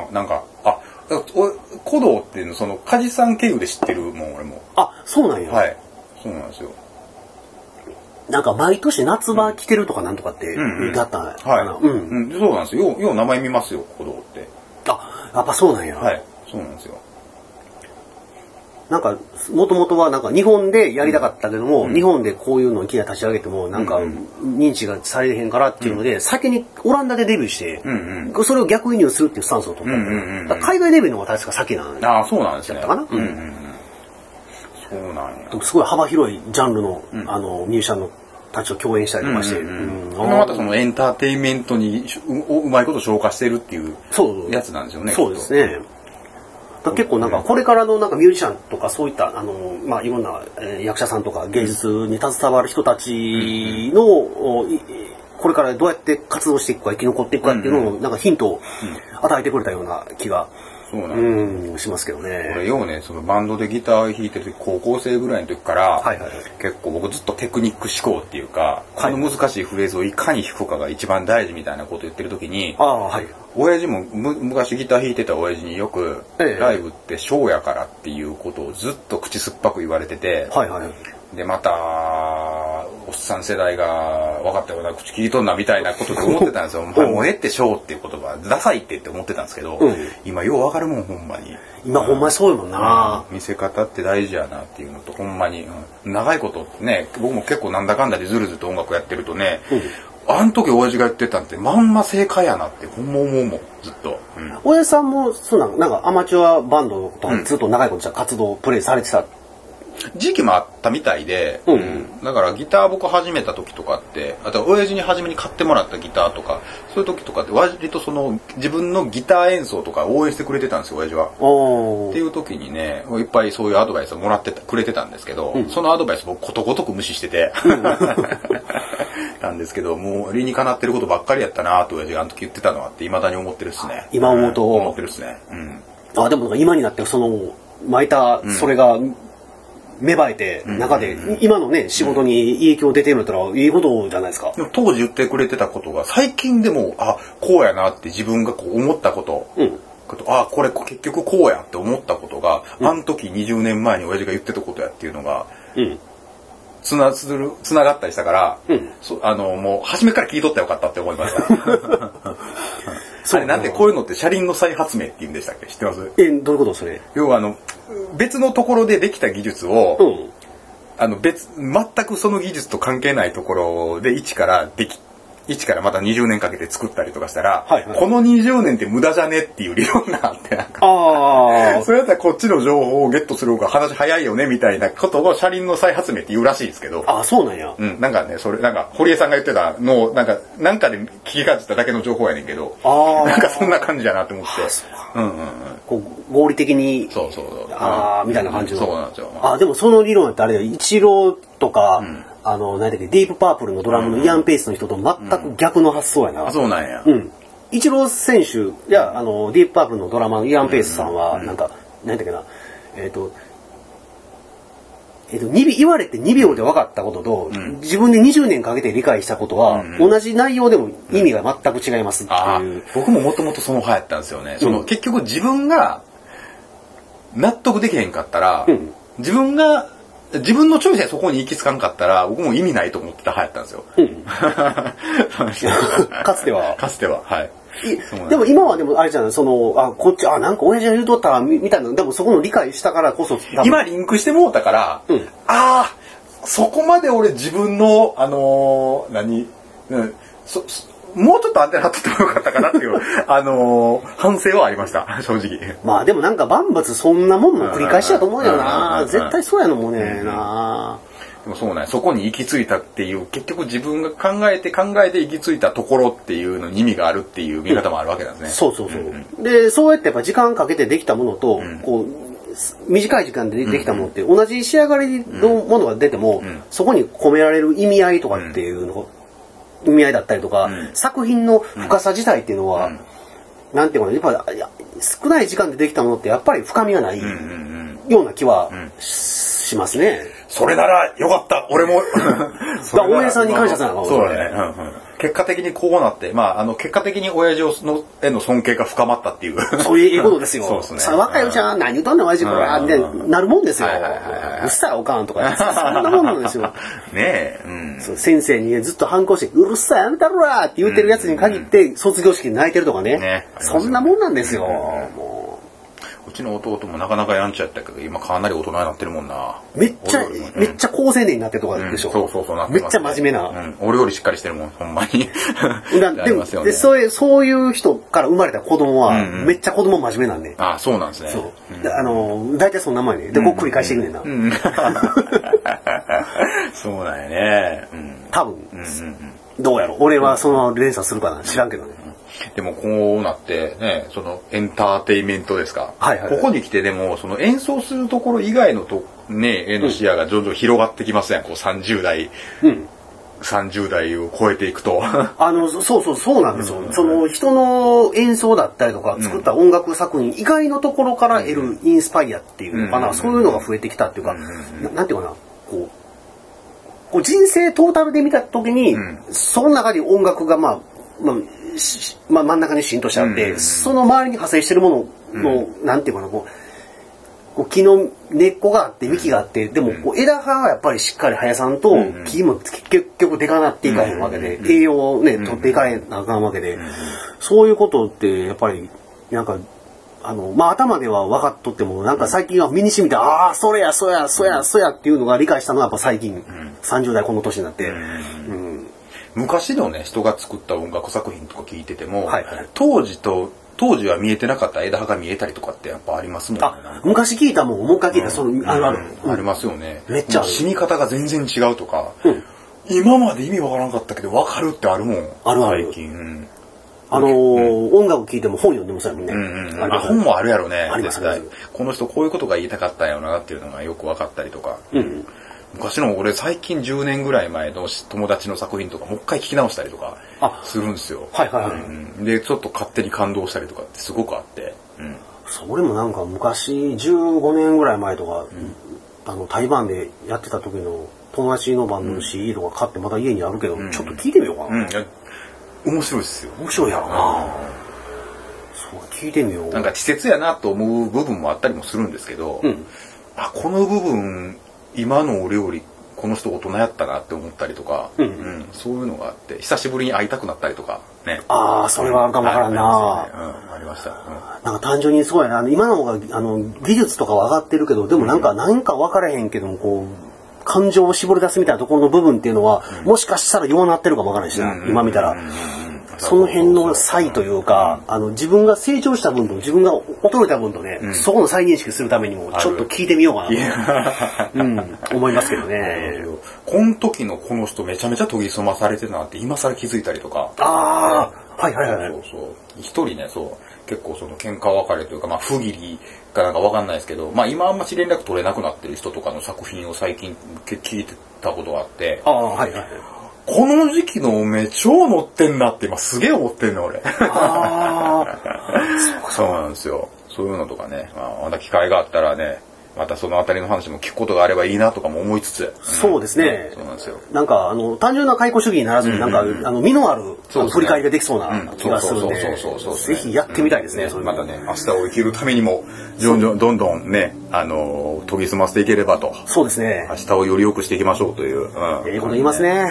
鼓動っていうのその梶さん経由で知ってるもん俺も。 あ、そうなんや。 はい、そうなんですよ。 なんか毎年夏場来てるとかなんとかってだったんかな。そうなんですよ。よう名前見ますよ、鼓動って。 あ、やっぱそうなんや。 はい、そうなんですよ。 なんかもともとはなんか日本でやりたかったけども、日本でこういうのをいきなり立ち上げてもなんか認知がされへんからっていうので、先にオランダでデビューして、それを逆輸入するっていうスタンスを取った。海外デビューの方が確か先なんだ。あ、そうなんですね。 やったかな。 そうなんや。 すごい幅広いジャンルのミュージシャンのたちと共演したりとかして、 またそのエンターテインメントにうまいこと消化してるっていうやつなんですよね。 そうですね。結構なんかこれからのなんかミュージシャンとかそういったいろんな役者さんとか芸術に携わる人たちのこれからどうやって活動していくか生き残っていくかっていうのをなんかヒントを与えてくれたような気がしますけどね。 俺ようね、そのバンドでギター弾いてる時高校生ぐらいの時から、結構僕ずっとテクニック思考っていうか、この難しいフレーズをいかに弾くかが一番大事みたいなことを言ってる時に、親父も昔ギター弾いてた親父によく、ライブってショーやからっていうことをずっと口酸っぱく言われてて、でまたおっさん世代が分かったような口聞いとんなみたいなことで思ってたんですよ。もうってショーっていう言葉ダサいって思ってたんですけど、今よう分かるもんほんまに。 今ほんまにそうよもんな。 見せ方って大事やなっていうのとほんまに、長いことね、僕も結構なんだかんだでずるずると音楽やってるとね、あん時親父が言ってたんってまんま正解やなってほんま思うもんずっと。 親父さんもそうなんかアマチュアバンドとかずっと長いこと活動プレイされてた。 時期もあったみたいで、だからギター僕始めた時とかって、あと親父に初めに買ってもらったギターとかそういう時とかって割とその自分のギター演奏とか応援してくれてたんですよ親父は。っていう時にねいっぱいそういうアドバイスをもらってくれてたんですけど、そのアドバイス僕ことごとく無視しててなんですけど、もう理にかなってることばっかりやったなと親父があの時言ってたのはって未だに思ってるっすね。 今思うと思ってるっすね。 でも今になってその巻いたそれが芽生えて中で今のね仕事に影響出てるんだったらいいことじゃないですか。 でも当時言ってくれてたことが最近でもこうやなって自分がこう思ったこと、これ結局こうやって思ったことが、あの時20年前に親父が言ってたことやっていうのが、つながったりしたから、もう初めから聞いとったらよかったって思いました。あれなんでこういうのって車輪の再発明って言うんでしたっけ？知ってます？ どういうことそれ？ 要は別のところでできた技術を、全くその技術と関係ないところで一から一からまた20年かけて作ったりとかしたら、 はいはい、 この20年って無駄じゃねっていう理論があって、なんかそれやったらこっちの情報をゲットする方が話早いよねみたいなことを車輪の再発明って言うらしいですけど。 ああ、そうなんや。 うん、なんかね、それ、なんか、堀江さんが言ってたのを、なんかで聞き感じただけの情報やねんけど、なんかそんな感じやなって思って。 こう合理的に、 そう、 みたいな感じの。 そうなんですよ。 でもその理論ってあれだよ、イチローとか、何だっけ、ディープパープルのドラムのイアン・ペースの人と全く逆の発想やな。 あ、そうなんや。 イチロー選手や、ディープパープルのドラマーのイアン・ペースさんは、なんか、何だっけな、言われて2秒で分かったことと、自分で20年かけて理解したことは、同じ内容でも意味が全く違いますっていう。 僕ももともとその派やったんですよね。結局自分が納得できへんかったら、自分のチョイスでそこに行き着かんかったら、僕も意味ないと思ってた派やったんですよ。 かつては。 はい。 でも今はでもあれじゃない、こっち、なんか親父が言うとったら、みたいな、でもそこの理解したからこそ。 今リンクしてもうたから、そこまで俺自分の、もうちょっとアンテナ張っててもよかったかなっていう、反省はありました、正直。 まあでもなんか万物そんなもんの繰り返しだと思うよな。絶対そうやのもねな。 でもそうね、そこに行き着いたっていう、結局自分が考えて行き着いたところっていうのに意味があるっていう見方もあるわけなんですね。 そう。で、そうやってやっぱ時間かけてできたものと、こう、短い時間でできたものって、同じ仕上がりのものが出ても、そこに込められる意味合いとかっていうの、意味合いだったりとか、作品の深さ自体っていうのは、なんていうかな、やっぱ少ない時間でできたものってやっぱり深みがないような気はしますね。 それならよかった、俺も。 大江さんに感謝さなの。 そうだね。結果的にこうなって、結果的に親父への尊敬が深まったっていう。 そういうことですよ。 そうですね。 さあ、若いうちは何言うとんねん、親父これ、みたいになるもんですよ。うっさいおかんとか、そんなもんなんですよ。 ねえ。 先生にずっと反抗して、うるさい、やめたろらって言ってるやつに限って、卒業式で泣いてるとかね。そんなもんなんですよ。 うちの弟もなかなかやんちゃやったけど、今かなり大人になってるもんな。 めっちゃ高青年になってるとかでしょ。 そうめっちゃ真面目な。 俺よりしっかりしてるもん、ほんまに。 で、そういう人から生まれた子供は、めっちゃ子供真面目なんで。 あ、そうなんですね。 そう。大体そんな前に。で、こう繰り返していくねんな。 そうなんやね。 多分。どうやろ。俺はその連鎖するかな。知らんけどね。 でもこうなってね、そのエンターテインメントですか。ここに来てでも、その演奏するところ以外の絵の視野が徐々に広がってきますね。こう30代を超えていくと。 そうなんですよ。その人の演奏だったりとか、作った音楽作品以外のところから得るインスパイアっていうのかな。そういうのが増えてきたっていうか、なんていうかな、こう人生トータルで見たときに、その中に音楽が真ん中にシーンとしてあって、その周りに派生してるものの、なんていうかな、こう木の根っこがあって幹があって、でも枝葉はやっぱりしっかり生やさんと、木も結局でかなっていかへんわけで、栄養をね、取っていかへんなあかんわけで、そういうことってやっぱり、なんか、頭では分かっとっても、なんか最近は身に染みて、それやっていうのが理解したのはやっぱ最近、30代この年になって、 昔のね、人が作った音楽作品とか聞いてても、当時は見えてなかった枝葉が見えたりとかってやっぱありますもんね。 昔聞いたもん、もう一回聞いたら、 ありますよね。 めっちゃある。 染み方が全然違うとか、今まで意味わからんかったけど分かるってあるもん。最近。 音楽聴いても本読んでもそうやもんね。 本もあるやろね。 絶対。 この人こういうことが言いたかったんやろなっていうのがよく分かったりとか。昔の俺最近10年ぐらい前の友達の作品とかもう一回聞き直したりとかするんですよ。で、ちょっと勝手に感動したりとかってすごくあって。 それもなんか昔15年ぐらい前とか、対バンでやってた時の友達のバンドの CD とか買ってまた家にあるけど、ちょっと聞いてみようかな。 面白いですよ。 面白いやろな。そう、聞いてみよう。 なんか稚拙やなと思う部分もあったりもするんですけど、この部分今の俺よりこの人大人やったなって思ったりとか、そういうのがあって久しぶりに会いたくなったりとかね。 それはあるかもわからんな。 ありました。 なんか単純にすごいな。今の方が技術とかは上がってるけど、でもなんか分からへんけども、こう感情を絞り出すみたいなところの部分っていうのは、もしかしたら弱なってるかもわからないしな、今見たら。その辺の差異というか、自分が成長した分と自分が衰えた分とね、そこの再認識するためにもちょっと聞いてみようかなと、思いますけどね。 この時のこの人めちゃめちゃ研ぎ澄まされてるなって今更気づいたりとか。 ああ、はいはいはい。 そうそう。一人ね、結構その喧嘩別れというか、不義理かなんかわかんないですけど、今あんまし連絡取れなくなってる人とかの作品を最近聞いてたことがあって、 はいはい。 この時期のおめ超乗ってんなって今すげえ思ってんの俺。そうなんですよ。そういうのとかね、また機会があったらね、またそのあたりの話も聞くことがあればいいなとかも思いつつ。 そうですね。 そうなんですよ。 なんか単純な解雇主義にならずに、なんか身のある振り返りができそうな気がするんで、ぜひやってみたいですね。 またね、明日を生きるためにもどんどんね、研ぎ澄ませていければと。 そうですね。 明日をより良くしていきましょうという。 いいこと言いますね。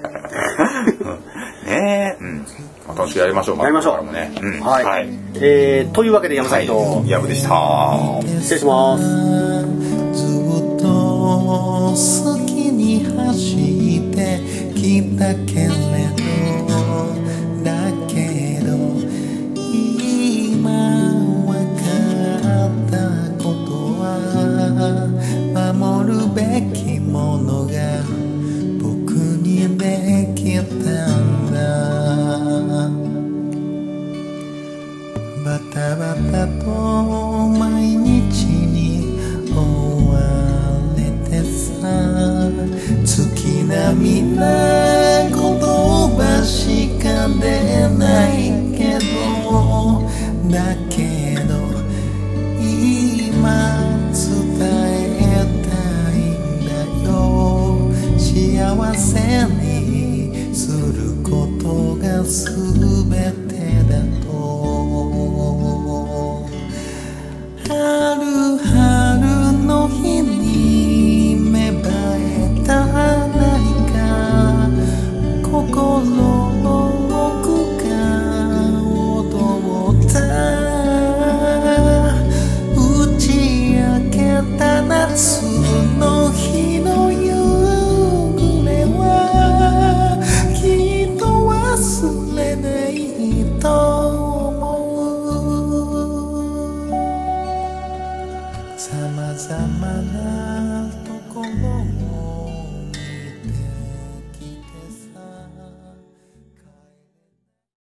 ねえ。楽しくやりましょう。 やりましょう。はい。というわけで山崎とヤブでした。 失礼します。 ずっと好きに走ってきたけれど、だけど今わかったことは、守るべきものが僕にできたんだ。バタバタと毎日に追われてさ、月並みな